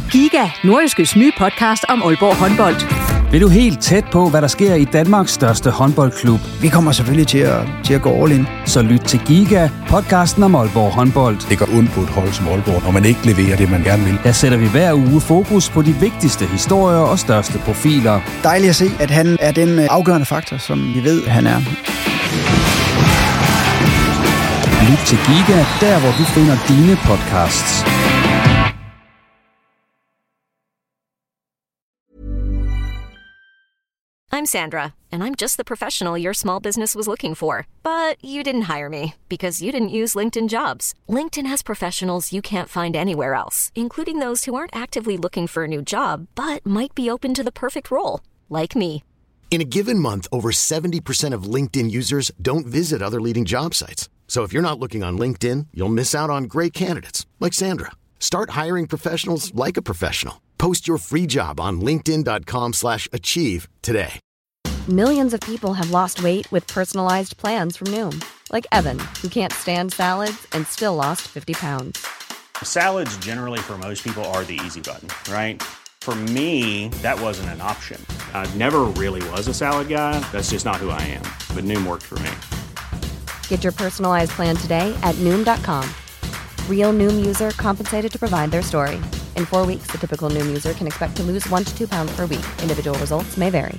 Giga, Nordjyskes nye podcast om Aalborg håndbold. Vil du helt tæt på, hvad der sker i Danmarks største håndboldklub? Vi kommer selvfølgelig til at gå all in. Så lyt til Giga, podcasten om Aalborg håndbold. Det går ondt på et hold som Aalborg, når man ikke leverer det, man gerne vil. Der sætter vi hver uge fokus på de vigtigste historier og største profiler. Dejligt at se, at han er den afgørende faktor, som vi ved, han er. Lyt til Giga, der hvor du finder dine podcasts. I'm Sandra, and I'm just the professional your small business was looking for. But you didn't hire me because you didn't use LinkedIn Jobs. LinkedIn has professionals you can't find anywhere else, including those who aren't actively looking for a new job, but might be open to the perfect role, like me. In a given month, over 70% of LinkedIn users don't visit other leading job sites. So if you're not looking on LinkedIn, you'll miss out on great candidates like Sandra. Start hiring professionals like a professional. Post your free job on linkedin.com/achieve today. Millions of people have lost weight with personalized plans from Noom. Like Evan, who can't stand salads and still lost 50 pounds. Salads generally for most people are the easy button, right? For me, that wasn't an option. I never really was a salad guy. That's just not who I am. But Noom worked for me. Get your personalized plan today at Noom.com. Real Noom user compensated to provide their story. In 4 weeks, the typical Noom user can expect to lose 1 to 2 pounds per week. Individual results may vary.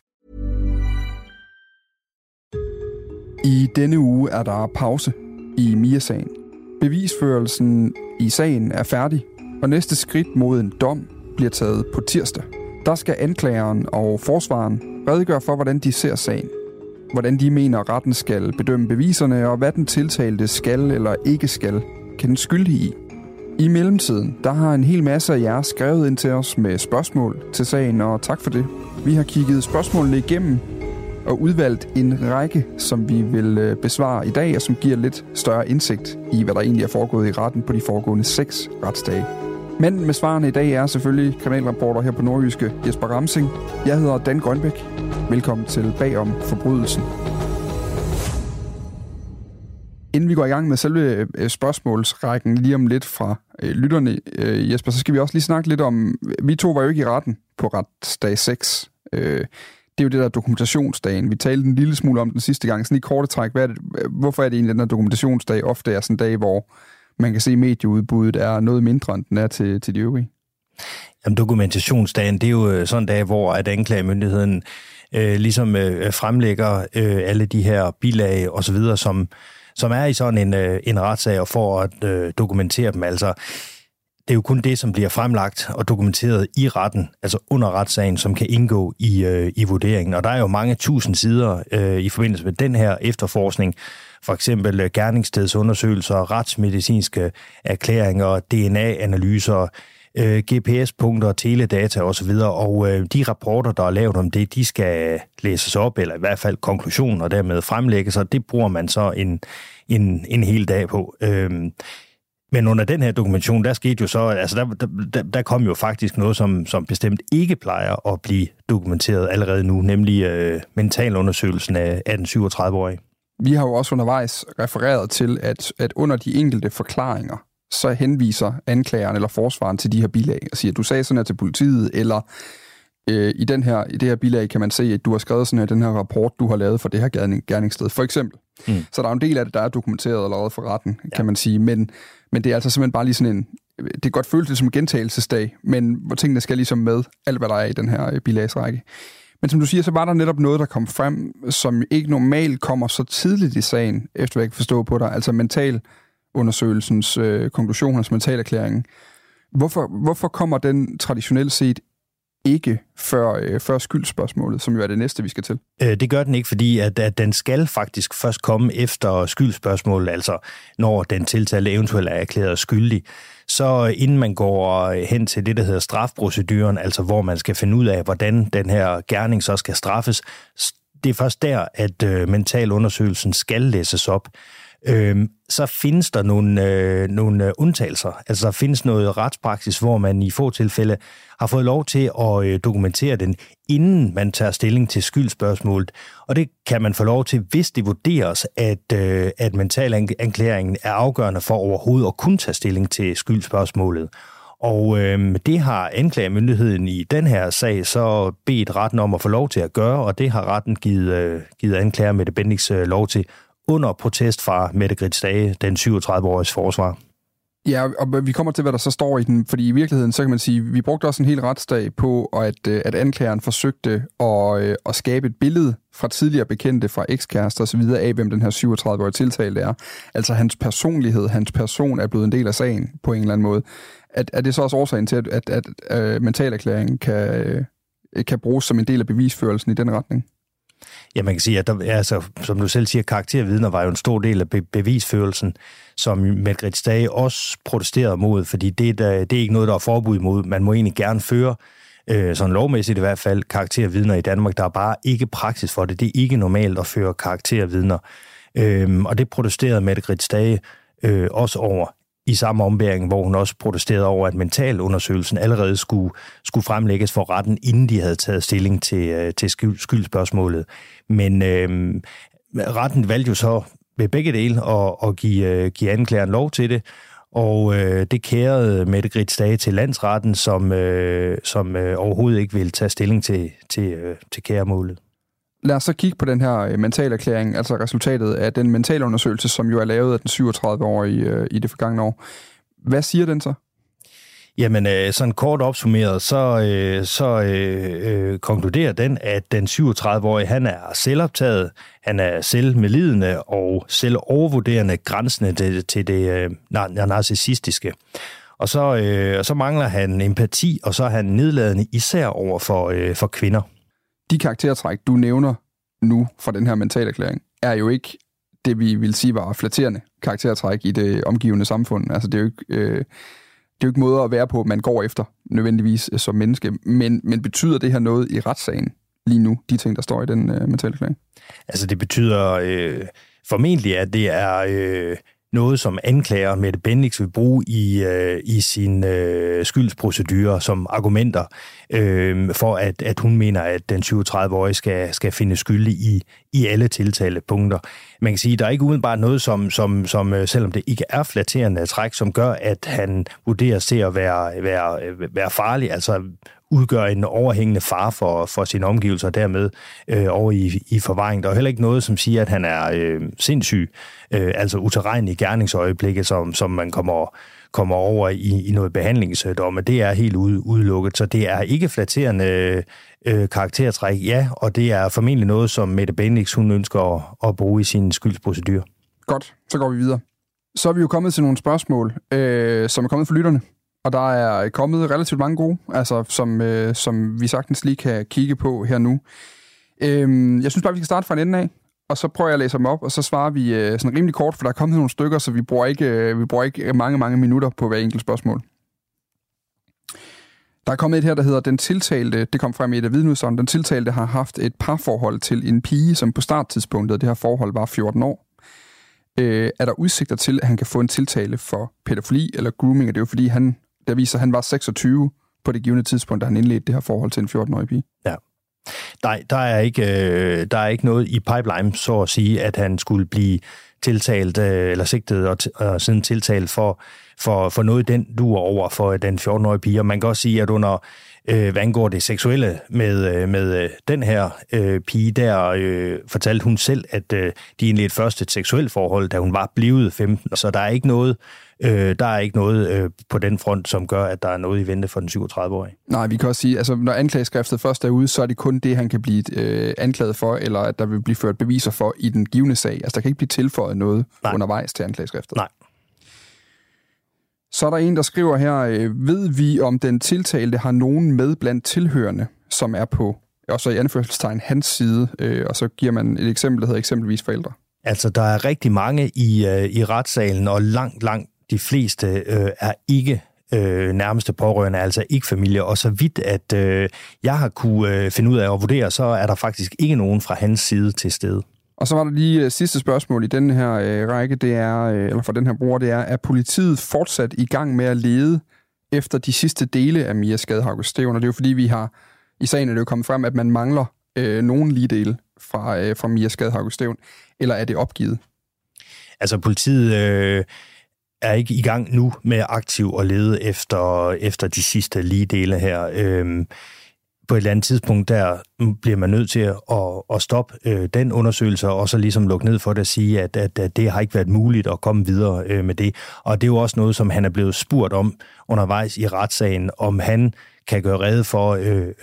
I denne uge er der pause i Mia-sagen. Bevisførelsen i sagen er færdig, og næste skridt mod en dom bliver taget på tirsdag. Der skal anklageren og forsvaren redegøre for, hvordan de ser sagen. Hvordan de mener, retten skal bedømme beviserne, og hvad den tiltalte skal eller ikke skal kendes skyldig i. I mellemtiden, der har en hel masse af jer skrevet ind til os med spørgsmål til sagen, og tak for det. Vi har kigget spørgsmålene igennem og udvalgt en række, som vi vil besvare i dag, og som giver lidt større indsigt i, hvad der egentlig er foregået i retten på de foregående 6 retsdage. Men med svarene i dag er selvfølgelig kriminalreporter her på Nordjyske Jesper Ramsing. Jeg hedder Dan Grønbæk. Velkommen til Bagom Forbrydelsen. Inden vi går i gang med selve spørgsmålsrækken lige om lidt fra lytterne, Jesper, så skal vi også lige snakke lidt om, vi to var jo ikke i retten på retsdag 6. Det er jo det der dokumentationsdagen. Vi talte en lille smule om den sidste gang. Sådan i korte træk, hvorfor er det egentlig, den her dokumentationsdag ofte er sådan en dag, hvor man kan se, at medieudbuddet er noget mindre, end den er til de øvrige? Jamen, dokumentationsdagen, det er jo sådan en dag, hvor at anklagemyndigheden ligesom fremlægger alle de her bilag og så videre, som er i sådan en retssag, og for at dokumentere dem. Altså, det er jo kun det, som bliver fremlagt og dokumenteret i retten, altså under retssagen, som kan indgå i vurderingen. Og der er jo mange tusind sider i forbindelse med den her efterforskning. For eksempel gerningsstedsundersøgelser, retsmedicinske erklæringer, DNA-analyser, GPS-punkter, teledata osv. Og de rapporter, der er lavet om det, de skal læses op, eller i hvert fald konklusionen, og dermed fremlægges, og det bruger man så en hel dag på. Men under den her dokumentation, der skete jo så, altså der kom jo faktisk noget, som bestemt ikke plejer at blive dokumenteret allerede nu, nemlig mentalundersøgelsen af den 37-årige. Vi har jo også undervejs refereret til, at under de enkelte forklaringer, så henviser anklageren eller forsvaren til de her bilag og siger, at du sagde sådan her til politiet, eller i det her bilag kan man se, at du har skrevet sådan her, den her rapport, du har lavet for det her gerningssted, for eksempel. Så der er en del af det, der er dokumenteret allerede for retten, kan man sige, men det er altså simpelthen bare lige sådan en, det kan godt føles som en gentagelsesdag, men hvor tingene skal ligesom med alt, hvad der er i den her bilagsrække. Men som du siger, så var der netop noget, der kom frem, som ikke normalt kommer så tidligt i sagen, efter hvad jeg kan forstå på dig, altså mentalundersøgelsens konklusion, altså mentalerklæringen. Hvorfor kommer den traditionelt set ikke før skyldspørgsmålet, som jo er det næste, vi skal til? Det gør den ikke, fordi at den skal faktisk først komme efter skyldspørgsmålet, altså når den tiltalte eventuelt er erklæret skyldig. Så inden man går hen til det, der hedder strafproceduren, altså hvor man skal finde ud af, hvordan den her gerning så skal straffes, det er først der, at mentalundersøgelsen skal læses op. Så findes der nogle undtagelser. Altså der findes noget retspraksis, hvor man i få tilfælde har fået lov til at dokumentere den, inden man tager stilling til skyldspørgsmålet. Og det kan man få lov til, hvis det vurderes, at mentalanklaringen er afgørende for overhovedet at kunne tage stilling til skyldspørgsmålet. Og det har anklagemyndigheden i den her sag så bedt retten om at få lov til at gøre, og det har retten givet anklager Mette Bendix lov til under protest fra Mette Grits Dage, den 37-årige forsvar. Ja, og vi kommer til, hvad der så står i den, fordi i virkeligheden, så kan man sige, vi brugte også en hel retsdag på, at anklageren forsøgte at skabe et billede fra tidligere bekendte, fra ekskærester og så videre af, hvem den her 37-årige tiltalte er. Altså hans personlighed, hans person er blevet en del af sagen på en eller anden måde. Er det så også årsagen til, at mentalerklæringen kan bruges som en del af bevisførelsen i den retning? Ja, man kan sige, at der, som du selv siger, karaktervidner var jo en stor del af bevisførelsen, som Mette Grits Dage også protesterede mod, fordi det er ikke noget, der er forbud mod. Man må egentlig gerne føre, sådan lovmæssigt i hvert fald, karaktervidner i Danmark. Der er bare ikke praksis for det. Det er ikke normalt at føre karaktervidner. Og det protesterede Mette Grits Dage også over i samme ombæring, hvor hun også protesterede over, at mentalundersøgelsen allerede skulle fremlægges for retten, inden de havde taget stilling til skyldspørgsmålet. Men retten valgte jo så ved begge dele at give anklageren lov til det, og det kærede Mette Grits Dage til landsretten, som overhovedet ikke ville tage stilling til kæremålet. Lad os så kigge på den her mentalerklæring, altså resultatet af den mentalundersøgelse, som jo er lavet af den 37-årige i det forgangne år. Hvad siger den så? Jamen, sådan kort opsummeret, så konkluderer den, at den 37-årige, han er selvoptaget, han er selvmedlidende og selvovervurderende, grænsende til det narcissistiske. Og så mangler han empati, og så er han nedladende især over for kvinder. De karaktertræk, du nævner nu fra den her mentalerklæring, er jo ikke det, vi vil sige var flatterende karaktertræk i det omgivende samfund. Altså, det er jo ikke måder at være på, man går efter nødvendigvis som menneske. Men betyder det her noget i retssagen lige nu, de ting, der står i den mentalerklæring? Altså, det betyder formentlig, at det er noget, som anklager Mette Bendix vil bruge i sin skyldsprocedure som argumenter for, at hun mener, at den 37-årige skal finde skyldig i alle tiltalte punkter. Man kan sige, at der er ikke umiddelbart noget, som selvom det ikke er flatterende træk, som gør, at han vurderes til at være farlig, altså udgør en overhængende fare for sine omgivelser, og dermed over i forvaring. Der er heller ikke noget, som siger, at han er sindssyg, altså utilregnelig i gerningsøjeblikket, som man kommer over i noget behandlingsdom, og det er helt udelukket. Så det er ikke flatterende karaktertræk, ja, og det er formentlig noget, som Mette Bendix, hun ønsker at bruge i sin skyldsprocedur. Godt, så går vi videre. Så er vi jo kommet til nogle spørgsmål, som er kommet fra lytterne. Og der er kommet relativt mange gode, altså som vi sagtens lige kan kigge på her nu. Jeg synes bare, vi skal starte fra en ende af, og så prøver jeg at læse dem op, og så svarer vi sådan rimelig kort, for der er kommet nogle stykker, så vi bruger ikke mange minutter på hver enkelt spørgsmål. Der er kommet et her, der hedder, den tiltalte, det kom frem i et af vidneudsagn, den tiltalte har haft et parforhold til en pige, som på starttidspunktet af det her forhold var 14 år. Er der udsigter til, at han kan få en tiltale for pædofili eller grooming? Og det er jo fordi, der viser, at han var 26 på det givne tidspunkt, da han indledte det her forhold til en 14-årig pige. Ja. Der er ikke noget i pipeline, så at sige, at han skulle blive tiltalt eller sigtet og siden tiltalt for noget, den duer over for den 14-årige pige. Og man kan også sige, at under hvad angår det seksuelle med den her pige, der fortalte hun selv, at de indledte først et seksuelt forhold, da hun var blevet 15. Så der er ikke noget på den front, som gør, at der er noget i vente for den 37-årige. Nej, vi kan også sige, altså når anklageskriftet først er ude, så er det kun det, han kan blive anklaget for, eller at der vil blive ført beviser for i den givne sag. Altså der kan ikke blive tilføjet noget undervejs til anklageskriftet. Nej. Så er der en, der skriver her, ved vi om den tiltalte har nogen med blandt tilhørende, som er på, også i anførselstegn, hans side, og så giver man et eksempel, der hedder eksempelvis forældre. Altså, der er rigtig mange i retssalen, og langt de fleste er ikke nærmeste pårørende, altså ikke familie. Og så vidt, at jeg har kunne finde ud af at vurdere, så er der faktisk ikke nogen fra hans side til stede. Og så var der lige sidste spørgsmål i den her række, det er, eller fra den her bruger, det er politiet fortsat i gang med at lede efter de sidste dele af Mia Skadhauge-Stevn? Og det er jo fordi, vi har i sagen er det jo kommet frem, at man mangler nogle lige dele fra Mia Skadhauge-Stevn, eller er det opgivet? Altså politiet er ikke i gang nu med aktivt at lede efter de sidste lige dele her. På et eller andet tidspunkt, der bliver man nødt til at stoppe den undersøgelse, og så ligesom lukke ned for det og sige, at det har ikke været muligt at komme videre med det. Og det er jo også noget, som han er blevet spurgt om undervejs i retssagen, om han kan gøre rede for,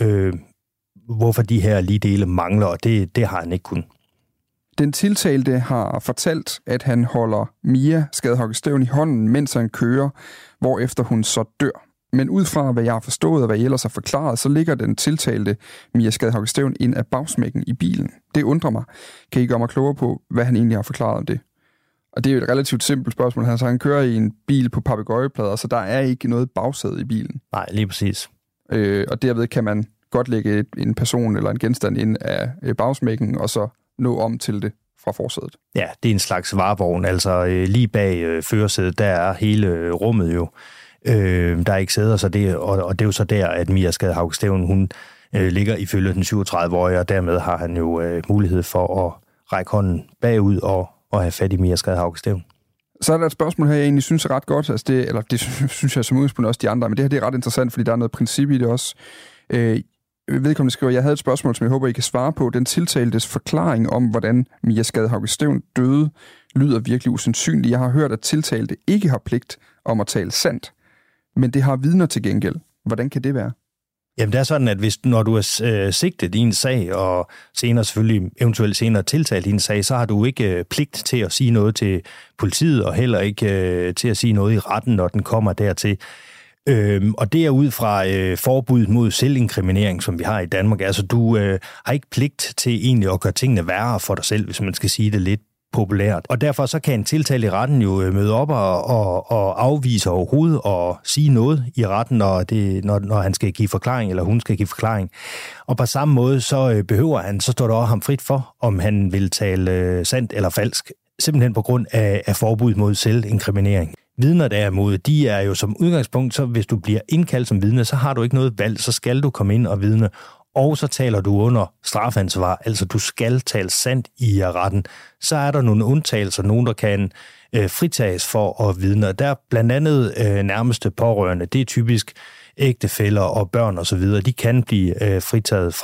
hvorfor de her lige dele mangler, og det har han ikke kunnet. Den tiltalte har fortalt, at han holder Mia Skadhauge Stevn i hånden, mens han kører, hvorefter hun så dør. Men ud fra, hvad jeg har forstået og hvad jeg ellers har forklaret, så ligger den tiltalte Mia Skadhauge Stevn ind af bagsmækken i bilen. Det undrer mig. Kan I gøre mig klogere på, hvad han egentlig har forklaret om det? Og det er jo et relativt simpelt spørgsmål. Altså, han kører i en bil på papegøjeplader, så der er ikke noget bagsæde i bilen. Nej, lige præcis. Og derved kan man godt lægge en person eller en genstand ind af bagsmækken, og så nå om til det fra forsædet. Ja, det er en slags varevogn. Altså lige bag førersædet, der er hele rummet jo. Der er ikke sæder, så det, og det er jo så der, at Mia Skadhauge Stevn, hun ligger ifølge den 37-årige, og dermed har han jo mulighed for at række hånden bagud og have fat i Mia Skadhauge Stevn. Så er der et spørgsmål her, jeg egentlig synes er ret godt, altså det synes jeg som udgangspunkt også de andre, men det her det er ret interessant, fordi der er noget princip i det også. Vedkommende skriver, jeg havde et spørgsmål, som jeg håber, I kan svare på. Den tiltaltes forklaring om, hvordan Mia Skadhauge Stevn døde, lyder virkelig usandsynligt. Jeg har hørt, at tiltalte ikke har pligt om at tale sandt, men det har vidner til gengæld. Hvordan kan det være? Jamen det er sådan, at når du er sigtet i en sag, og eventuelt senere tiltalt i en sag, så har du ikke pligt til at sige noget til politiet, og heller ikke til at sige noget i retten, når den kommer dertil. Og det er ud fra forbuddet mod selvinkriminering, som vi har i Danmark. Altså du har ikke pligt til egentlig at gøre tingene værre for dig selv, hvis man skal sige det lidt populært. Og derfor så kan en tiltalt i retten jo møde op og afvise overhovedet og sige noget i retten, når han skal give forklaring, eller hun skal give forklaring. Og på samme måde så står der også ham frit for, om han vil tale sandt eller falsk, simpelthen på grund af forbud mod selvinkriminering. Vidner derimod, de er jo som udgangspunkt, så hvis du bliver indkaldt som vidne, så har du ikke noget valg, så skal du komme ind og vidne. Og så taler du under strafansvar, altså du skal tale sandt i retten. Så er der nogle undtagelser, nogen der kan fritages for at vidne. Der er blandt andet nærmeste pårørende, det er typisk ægtefæller og børn og så videre, de kan blive fritaget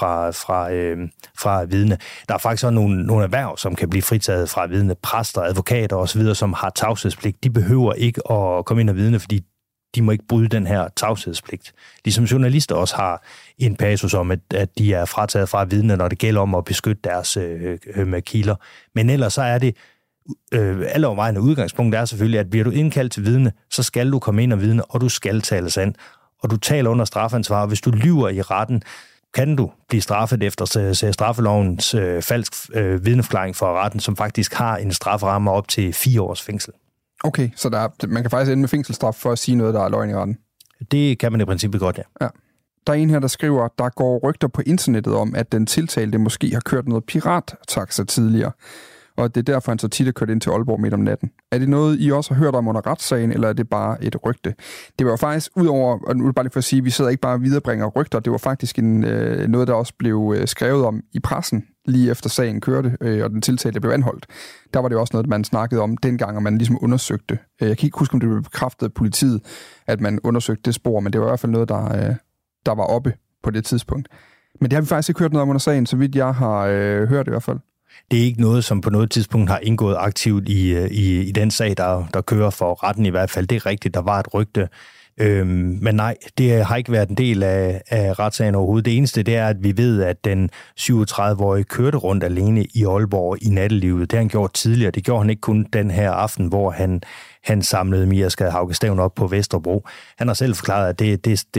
fra vidne. Der er faktisk også nogle erhverv, som kan blive fritaget fra vidne, præster, advokater og så videre, som har tavshedspligt. De behøver ikke at komme ind og vidne, fordi de må ikke bryde den her tavshedspligt. Ligesom journalister også har en passus om, at de er frataget fra vidne, når det gælder om at beskytte deres kilder. Men ellers så er det alleovervejende udgangspunkt er selvfølgelig, at bliver du indkaldt til vidne, så skal du komme ind og vidne, og du skal tale sandt. Og du taler under strafansvar. Hvis du lyver i retten, kan du blive straffet efter straffelovens falsk vidneforklaring for retten, som faktisk har en strafferamme op til 4 års fængsel. Okay, så man kan faktisk ende med fængselsstraf for at sige noget, der er løgn i retten? Det kan man i princippet godt, ja. Der er en her, der skriver, at der går rygter på internettet om, at den tiltalte måske har kørt noget pirattaxa tidligere, og at det er derfor, han så tit er kørt ind til Aalborg midt om natten. Er det noget, I også har hørt om under retssagen, eller er det bare et rygte? Det var jo faktisk, udover, og nu er det bare lige for at sige, at vi sidder ikke bare og viderebringer rygter, det var faktisk noget, der også blev skrevet om i pressen, lige efter sagen kørte, og den tiltalte blev anholdt. Der var det også noget, man snakkede om dengang, og man ligesom undersøgte. Jeg kan ikke huske, om det blev bekræftet af politiet, at man undersøgte det spor, men det var i hvert fald noget, der var oppe på det tidspunkt. Men det har vi faktisk ikke hørt noget om under sagen, så vidt jeg har hørt i hvert fald. Det er ikke noget, som på noget tidspunkt har indgået aktivt i den sag, der kører for retten i hvert fald. Det er rigtigt, der var et rygte. Men nej, det har ikke været en del af retssagen overhovedet. Det eneste, det er, at vi ved, at den 37-årige kørte rundt alene i Aalborg i nattelivet. Det har han gjort tidligere. Det gjorde han ikke kun den her aften, hvor han samlede Mia Skadhauge Stevn op på Vesterbro. Han har selv forklaret, at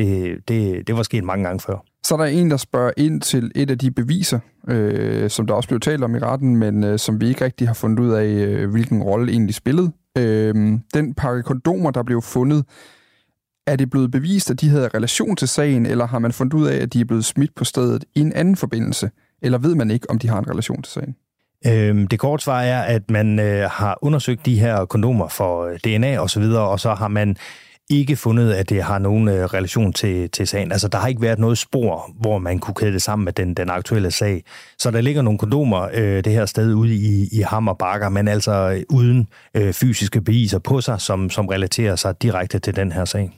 det var sket mange gange før. Så er der en, der spørger ind til et af de beviser, som der også blev talt om i retten, men som vi ikke rigtig har fundet ud af, hvilken rolle egentlig spillede. Den pakke kondomer, der blev fundet, er det blevet bevist, at de havde relation til sagen, eller har man fundet ud af, at de er blevet smidt på stedet i en anden forbindelse? Eller ved man ikke, om de har en relation til sagen? Det korte svar er, at man har undersøgt de her kondomer for DNA og så videre, og så har man ikke fundet, at det har nogen relation til sagen. Altså, der har ikke været noget spor, hvor man kunne kæde det sammen med den aktuelle sag. Så der ligger nogle kondomer det her sted ude i Hammer Bakker, men altså uden fysiske beviser på sig, som relaterer sig direkte til den her sag.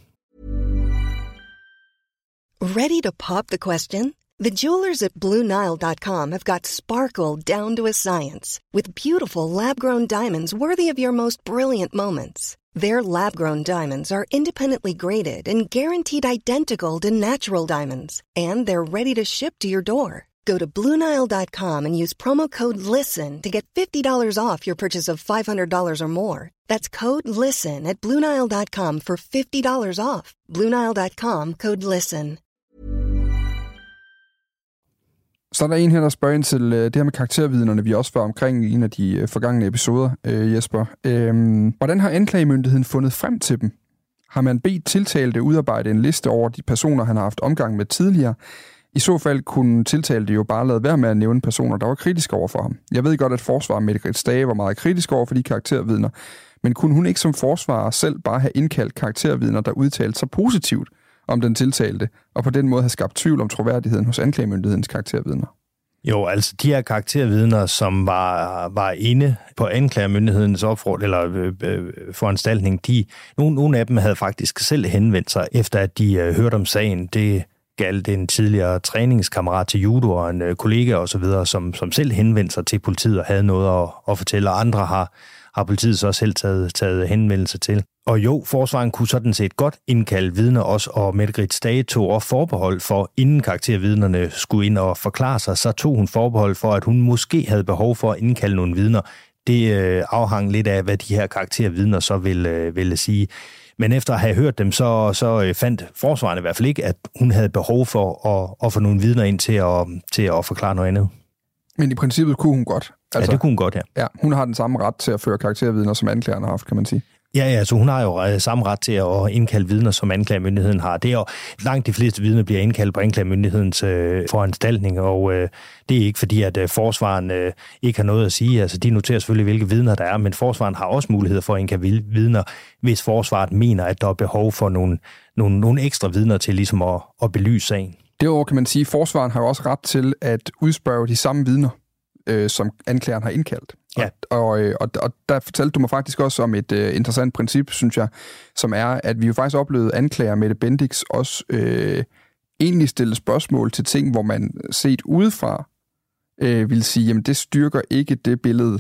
Ready to pop the question? The jewelers at BlueNile.com have got sparkle down to a science with beautiful lab-grown diamonds worthy of your most brilliant moments. Their lab-grown diamonds are independently graded and guaranteed identical to natural diamonds, and they're ready to ship to your door. Go to BlueNile.com and use promo code LISTEN to get $50 off your purchase of $500 or more. That's code LISTEN at BlueNile.com for $50 off. BlueNile.com, code LISTEN. Så er der en her, der spørger ind til det her med karaktervidnerne, vi også var omkring i en af de forgangne episoder, Jesper. Hvordan har anklagemyndigheden fundet frem til dem? Har man bedt tiltalte udarbejde en liste over de personer, han har haft omgang med tidligere? I så fald kunne tiltalte jo bare lade være med at nævne personer, der var kritiske over for ham. Jeg ved godt, at forsvarer Mette Stage var meget kritisk over for de karaktervidner, men kunne hun ikke som forsvarer selv bare have indkaldt karaktervidner, der udtalte sig positivt om den tiltalte, og på den måde have skabt tvivl om troværdigheden hos anklagemyndighedens karaktervidner? Jo, altså de her karaktervidner, som var inde på anklagemyndighedens foranstaltning, nogle af dem havde faktisk selv henvendt sig, efter at de hørte om sagen. Det galt en tidligere træningskammerat til judo og en kollega osv., som selv henvendte sig til politiet og havde noget at fortælle, og andre har politiet så også selv taget henvendelse til. Og jo, forsvaren kunne sådan set godt indkalde vidner også, og Mette Stage tog også forbehold for, inden karaktervidnerne skulle ind og forklare sig, så tog hun forbehold for, at hun måske havde behov for at indkalde nogle vidner. Det afhang lidt af, hvad de her karaktervidner så ville sige. Men efter at have hørt dem, så fandt forsvaren i hvert fald ikke, at hun havde behov for at få nogle vidner ind til at forklare noget andet. Men i princippet kunne hun godt. Altså, ja, det kunne hun godt, ja. Ja, hun har den samme ret til at føre karaktervidner, som anklageren har haft, kan man sige. Ja, så hun har jo samme ret til at indkalde vidner, som anklagemyndigheden har. Det er jo langt de fleste vidner bliver indkaldt på anklagemyndighedens foranstaltning, og det er ikke fordi, at forsvaren ikke har noget at sige. Altså, de noterer selvfølgelig, hvilke vidner der er, men forsvaren har også mulighed for at indkalde vidner, hvis forsvaret mener, at der er behov for nogle ekstra vidner til ligesom at belyse sagen. Derudover kan man sige, at forsvaren har jo også ret til at udspørge de samme vidner, som anklageren har indkaldt. Ja. Og der fortalte du mig faktisk også om et interessant princip, synes jeg, som er, at vi jo faktisk oplevede anklager Mette Bendix også egentlig stille spørgsmål til ting, hvor man set udefra vil sige, jamen det styrker ikke det billede,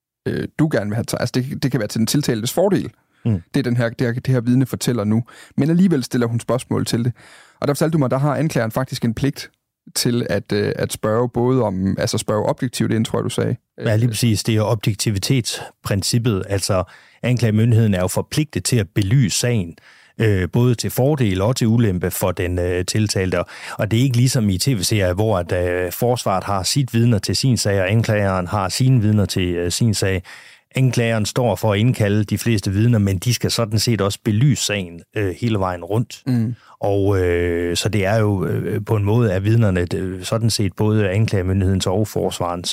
du gerne vil have taget. Altså det kan være til den tiltaltes fordel. Det er det her vidne fortæller nu. Men alligevel stiller hun spørgsmål til det. Og der fortalte du mig, der har anklageren faktisk en pligt til at spørge både om, altså spørge objektivt ind, tror jeg, du sagde. Ja, lige præcis. Det er jo objektivitetsprincippet. Altså, anklagemyndigheden er jo forpligtet til at belyse sagen, både til fordel og til ulempe for den tiltalte. Og det er ikke ligesom i tv-serier, hvor at forsvaret har sit vidner til sin sag, og anklageren har sine vidner til sin sag. Anklageren står for at indkalde de fleste vidner, men de skal sådan set også belyse sagen hele vejen rundt. Og så det er jo på en måde af vidnerne sådan set både anklagemyndighedens og forsvarens.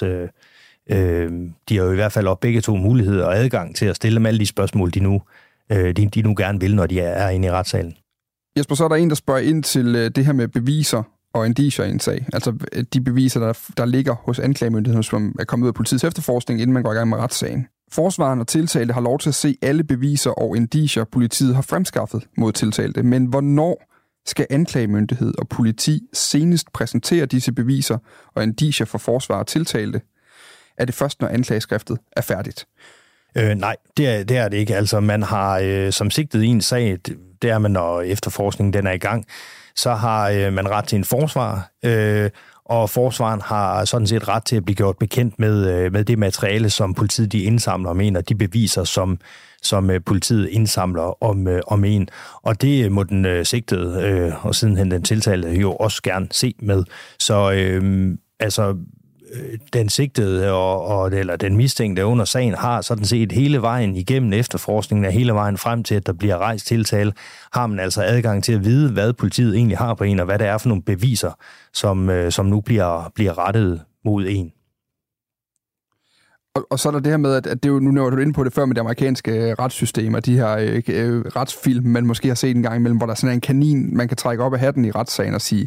De har jo i hvert fald også begge to muligheder og adgang til at stille dem alle de spørgsmål, de nu gerne vil, når de er inde i retssalen. Jesper, så er der en, der spørger ind til det her med beviser og indicier i en sag. Altså de beviser, der ligger hos anklagemyndigheden, som er kommet ud af politiets efterforskning, inden man går i gang med retssagen. Forsvaren og tiltalte har lov til at se alle beviser og indicier, politiet har fremskaffet mod tiltalte. Men hvornår skal anklagemyndighed og politi senest præsentere disse beviser og indicier for forsvar og tiltalte? Er det først, når anklageskriftet er færdigt? Nej, det er det ikke. Altså, man har som sigtet i en sag, det er man, når efterforskningen den er i gang, så har man ret til en forsvar, og forsvaren har sådan set ret til at blive gjort bekendt med det materiale, som politiet de indsamler om en, og de beviser, som politiet indsamler om en. Og det må den sigtede, og sidenhen den tiltalte, jo også gerne se med. Så den sigtede eller den mistænkte under sagen har sådan set hele vejen igennem efterforskningen, og hele vejen frem til, at der bliver rejst tiltale, har man altså adgang til at vide, hvad politiet egentlig har på en, og hvad det er for nogle beviser, som nu bliver rettet mod en. Og så er der det her med, at det er jo, nu var du inde på det før med det amerikanske retssystem, og de her retsfilm, man måske har set en gang imellem, hvor der er sådan en kanin, man kan trække op af hatten i retssagen og sige,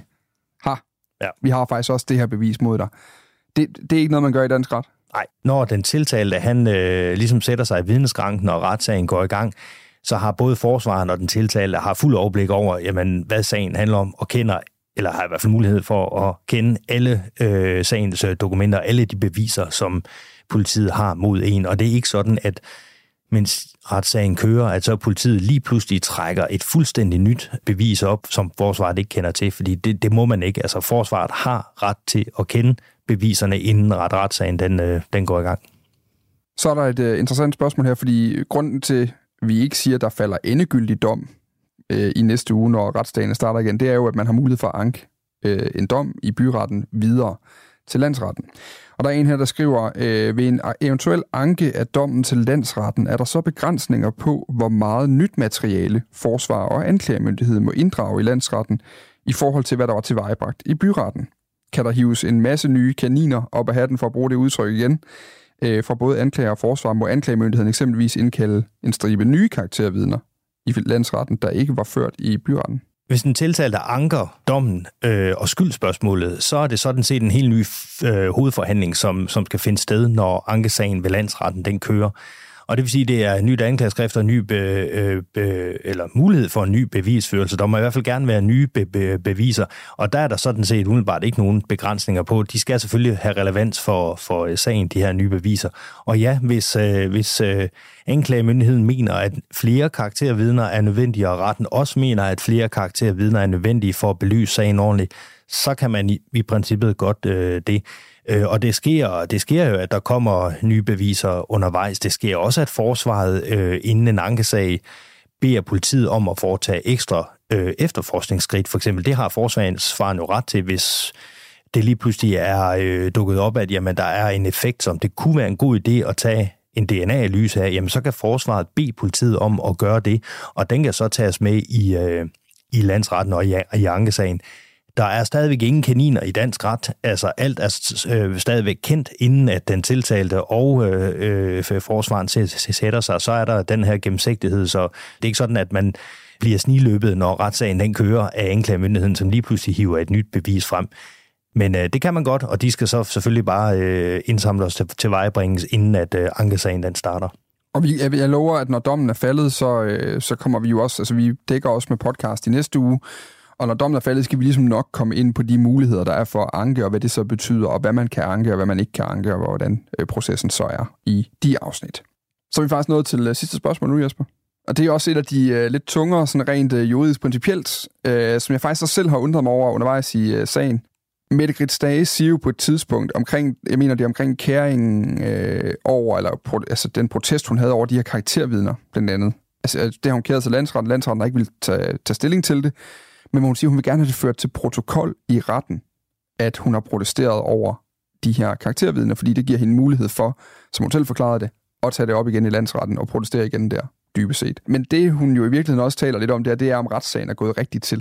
vi har faktisk også det her bevis mod dig. Det er ikke noget, man gør i dansk ret? Nej, når den tiltalte, han ligesom sætter sig i vidneskranken, og retssagen går i gang, så har både forsvaren og den tiltalte har fuld overblik over, jamen, hvad sagen handler om, og kender, eller har i hvert fald mulighed for at kende alle sagens dokumenter, alle de beviser, som politiet har mod en. Og det er ikke sådan, at mens retssagen kører, at så politiet lige pludselig trækker et fuldstændig nyt bevis op, som forsvaret ikke kender til, fordi det må man ikke. Altså forsvaret har ret til at kende beviserne, inden retssagen den går i gang. Så er der et interessant spørgsmål her, fordi grunden til, at vi ikke siger, at der falder endegyldig dom i næste uge, når retsdagen starter igen, det er jo, at man har mulighed for at anke en dom i byretten videre til landsretten. Og der er en her, der skriver, ved en eventuel anke af dommen til landsretten, er der så begrænsninger på, hvor meget nyt materiale forsvar og anklagemyndighed må inddrage i landsretten i forhold til, hvad der var tilvejebragt i byretten. Kan der hives en masse nye kaniner op af hatten, for at bruge det udtryk igen? Fra både anklager og forsvar må anklagemyndigheden eksempelvis indkalde en stribe nye karaktervidner i landsretten, der ikke var ført i byretten. Hvis den tiltalte anker dommen og skyldspørgsmålet, så er det sådan set en helt ny hovedforhandling, som skal finde sted, når ankesagen ved landsretten den kører. Og det vil sige, at det er nyt anklageskrift og eller mulighed for en ny bevisførelse. Der må i hvert fald gerne være nye beviser, og der er der sådan set umiddelbart ikke nogen begrænsninger på. De skal selvfølgelig have relevans for sagen, de her nye beviser. Og ja, hvis anklagemyndigheden mener, at flere karaktervidner er nødvendige, og retten også mener, at flere karaktervidner er nødvendige for at belyse sagen ordentligt, så kan man i princippet godt det. Og det sker jo, at der kommer nye beviser undervejs. Det sker også, at forsvaret inden en ankesag beder politiet om at foretage ekstra efterforskningsskridt. For eksempel, det har forsvaren jo ret til, hvis det lige pludselig er dukket op, at jamen, der er en effekt, som det kunne være en god idé at tage en DNA-analyse af, jamen så kan forsvaret bede politiet om at gøre det, og den kan så tages med i landsretten og i ankesagen. Der er stadigvæk ingen kaniner i dansk ret. Altså alt er stadigvæk kendt, inden at den tiltalte og forsvaren sætter sig. Så er der den her gennemsigtighed, så det er ikke sådan, at man bliver sniløbet, når retssagen den kører af anklagemyndigheden, som lige pludselig hiver et nyt bevis frem. Men det kan man godt, og de skal så selvfølgelig bare indsamles til vejebringes, inden at ankesagen den starter. Og jeg lover, at når dommen er faldet, så kommer vi jo også, altså vi dækker også med podcast i næste uge, og når dommen er faldet, skal vi ligesom nok komme ind på de muligheder, der er for at anke, og hvad det så betyder, og hvad man kan anke, og hvad man ikke kan anke, og hvordan processen så er i de afsnit. Så er vi faktisk nået til sidste spørgsmål nu, Jesper. Og det er også et af de lidt tungere, sådan rent juridisk principielt, som jeg faktisk også selv har undret mig over undervejs i sagen. Mette Grits Stage siger jo på et tidspunkt omkring, jeg mener det er omkring kæringen over, eller altså den protest, hun havde over de her karaktervidner, blandt andet. Altså det har hun kæret til landsretten. Landsretten har ikke vil tage stilling til det. Men hun siger, hun vil gerne have det ført til protokol i retten, at hun har protesteret over de her karaktervidner, fordi det giver hende mulighed for, som hun selv forklarede det, at tage det op igen i landsretten og protestere igen der, dybest set. Men det, hun jo i virkeligheden også taler lidt om, det er om retssagen er gået rigtigt til.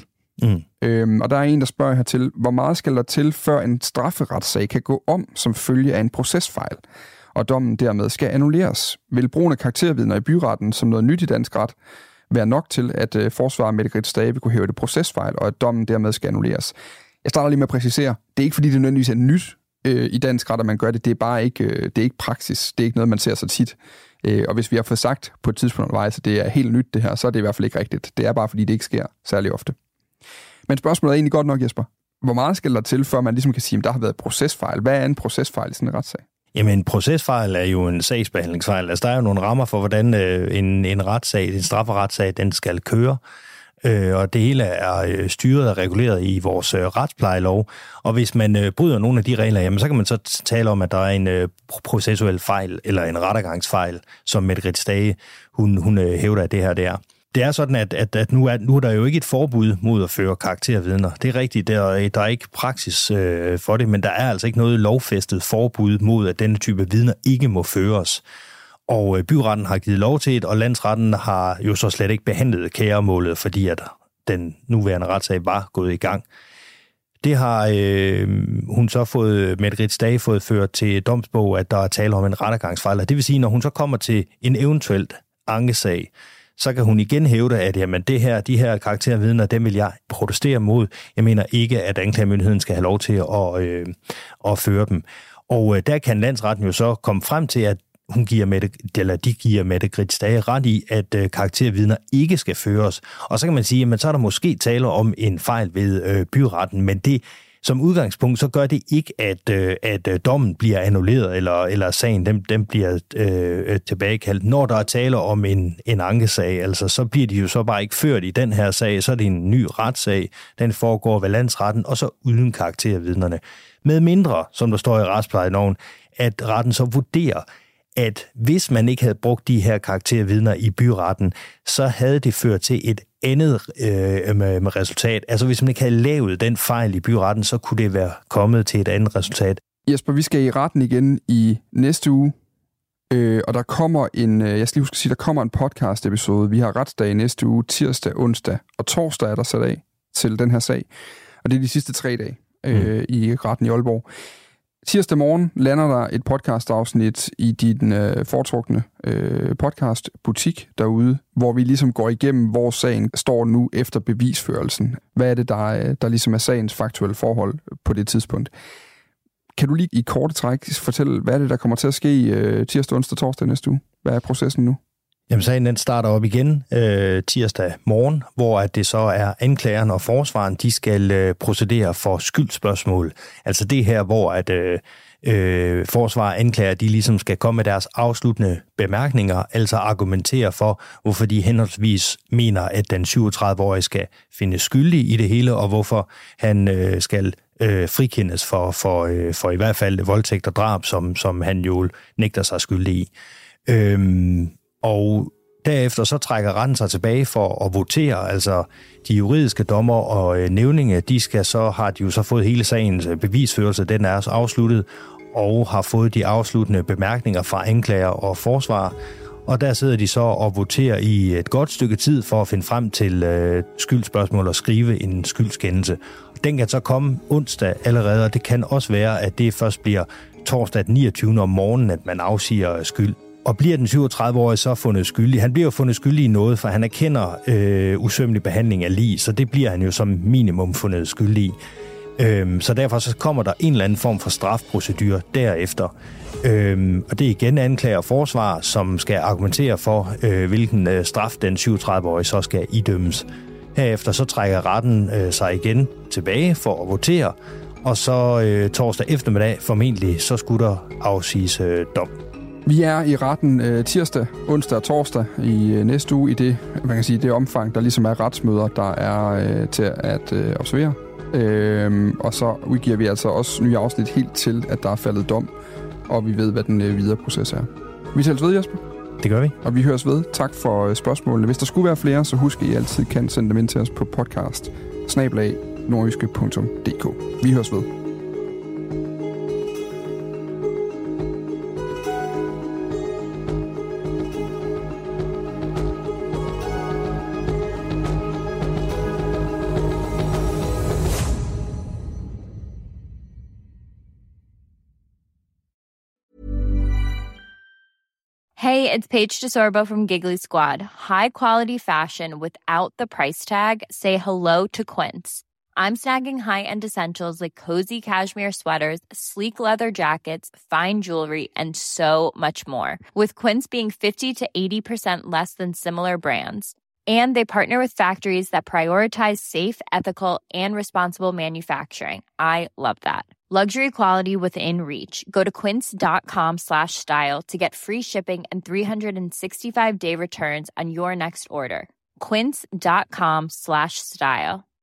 Og der er en, der spørger hertil, hvor meget skal der til, før en strafferetssag kan gå om som følge af en procesfejl, og dommen dermed skal annulleres? Vil brugen af karaktervidner i byretten som noget nyt i dansk ret være nok til, at forsvarer Mette Grits Stage vil kunne hæve det procesfejl, og at dommen dermed skal annulleres? Jeg starter lige med at præcisere. Det er ikke, fordi det nødvendigvis er nyt i dansk ret, at man gør det. Det er bare ikke, det er ikke praksis. Det er ikke noget, man ser så tit. Og hvis vi har fået sagt på et tidspunkt undervejs, at det er helt nyt det her, så er det i hvert fald ikke rigtigt. Det er bare, fordi det ikke sker særlig ofte. Men spørgsmålet er egentlig godt nok, Jesper. Hvor meget skal der til, før man ligesom kan sige, at der har været procesfejl? Hvad er en procesfejl i sådan en retssag? Jamen, en procesfejl er jo en sagsbehandlingsfejl. Altså, der er jo nogle rammer for, hvordan en retssag, en strafferetssag, den skal køre. Og det hele er styret og reguleret i vores retsplejelov. Og hvis man bryder nogle af de regler, jamen, så kan man så tale om, at der er en processuel fejl eller en rettergangsfejl, som Mette Grits Stage, hun hævder, at det her det er. Det er sådan, at nu er der jo ikke et forbud mod at føre karaktervidner. Det er rigtigt, der er ikke praksis for det, men der er altså ikke noget lovfæstet forbud mod, at denne type vidner ikke må føres. Og byretten har givet lov til det, og landsretten har jo så slet ikke behandlet kæremålet, fordi at den nuværende retssag var gået i gang. Det har hun så fået, Mette Grits Dage, fået ført til domsbog, at der er tale om en rettergangsfejl. Det vil sige, når hun så kommer til en eventuelt ankesag, så kan hun igen hævde, at jamen, de her karaktervidner, dem vil jeg protestere mod. Jeg mener ikke, at anklagemyndigheden skal have lov til at føre dem. Og der kan landsretten jo så komme frem til, at de giver Mette Grits Dage ret i, at karaktervidner ikke skal føres. Og så kan man sige, at så er der måske tale om en fejl ved byretten, men det som udgangspunkt, så gør det ikke, at dommen bliver annulleret, eller sagen den bliver tilbagekaldt. Når der er tale om en ankesag, altså, så bliver de jo så bare ikke ført i den her sag, så er det en ny retssag, den foregår ved landsretten, og så uden karaktervidnerne. Med mindre, som der står i retsplejeloven, at retten så vurderer, at hvis man ikke havde brugt de her karaktervidner i byretten, så havde det ført til et andet resultat. Altså hvis man ikke havde lavet den fejl i byretten, så kunne det være kommet til et andet resultat. Jesper, vi skal i retten igen i næste uge, og der kommer der kommer en podcast-episode. Vi har retsdag i næste uge, tirsdag, onsdag og torsdag er der sat af til den her sag. Og det er de sidste 3 dage i retten i Aalborg. Tirsdag morgen lander der et podcast-afsnit i din foretrukne podcast-butik derude, hvor vi ligesom går igennem, hvor sagen står nu efter bevisførelsen. Hvad er det, der ligesom er sagens faktuelle forhold på det tidspunkt? Kan du lige i korte træk fortælle, hvad er det, der kommer til at ske tirsdag, onsdag, torsdag næste uge? Hvad er processen nu? Jamen, sagen den starter op igen tirsdag morgen, hvor at det så er anklageren og forsvaren, de skal procedere for skyldspørgsmål. Altså det her, hvor at forsvar og anklager, de ligesom skal komme med deres afsluttende bemærkninger, altså argumentere for, hvorfor de henholdsvis mener, at den 37-årige skal findes skyldig i det hele, og hvorfor han skal frikendes for i hvert fald voldtægt og drab, som han jo nægter sig skyldig i. Og derefter så trækker retten sig tilbage for at votere, altså de juridiske dommer og nævninge, har de jo så fået hele sagens bevisførelse, den er så afsluttet, og har fået de afsluttende bemærkninger fra anklager og forsvar. Og der sidder de så og voterer i et godt stykke tid for at finde frem til skyldspørgsmål og skrive en skyldskendelse. Den kan så komme onsdag allerede, og det kan også være, at det først bliver torsdag den 29. om morgenen, at man afsiger skyld. Og bliver den 37-årige så fundet skyldig? Han bliver jo fundet skyldig i noget, for han erkender usømmelig behandling af lig, så det bliver han jo som minimum fundet skyldig i. Så derfor så kommer der en eller anden form for strafprocedur derefter. Og det er igen anklager og forsvar, som skal argumentere for, hvilken straf den 37-årige så skal idømmes. Herefter så trækker retten sig igen tilbage for at votere, og så torsdag eftermiddag formentlig, så skulle der afsiges dom. Vi er i retten tirsdag, onsdag og torsdag i næste uge i det omfang, der ligesom er retsmøder, der er til at observere. Og så udgiver vi altså også nye afsnit helt til, at der er faldet dom, og vi ved, hvad den videre proces er. Vi tales ved, Jesper. Det gør vi. Og vi høres ved. Tak for spørgsmålene. Hvis der skulle være flere, så husk, at I altid kan sende dem ind til os på podcast@nordjyske.dk. Vi høres ved. Hey, it's Paige DeSorbo from Giggly Squad. High quality fashion without the price tag. Say hello to Quince. I'm snagging high-end essentials like cozy cashmere sweaters, sleek leather jackets, fine jewelry, and so much more. With Quince being 50 to 80% less than similar brands. And they partner with factories that prioritize safe, ethical, and responsible manufacturing. I love that. Luxury quality within reach. Go to quince.com/style to get free shipping and 365-day returns on your next order. Quince.com/style.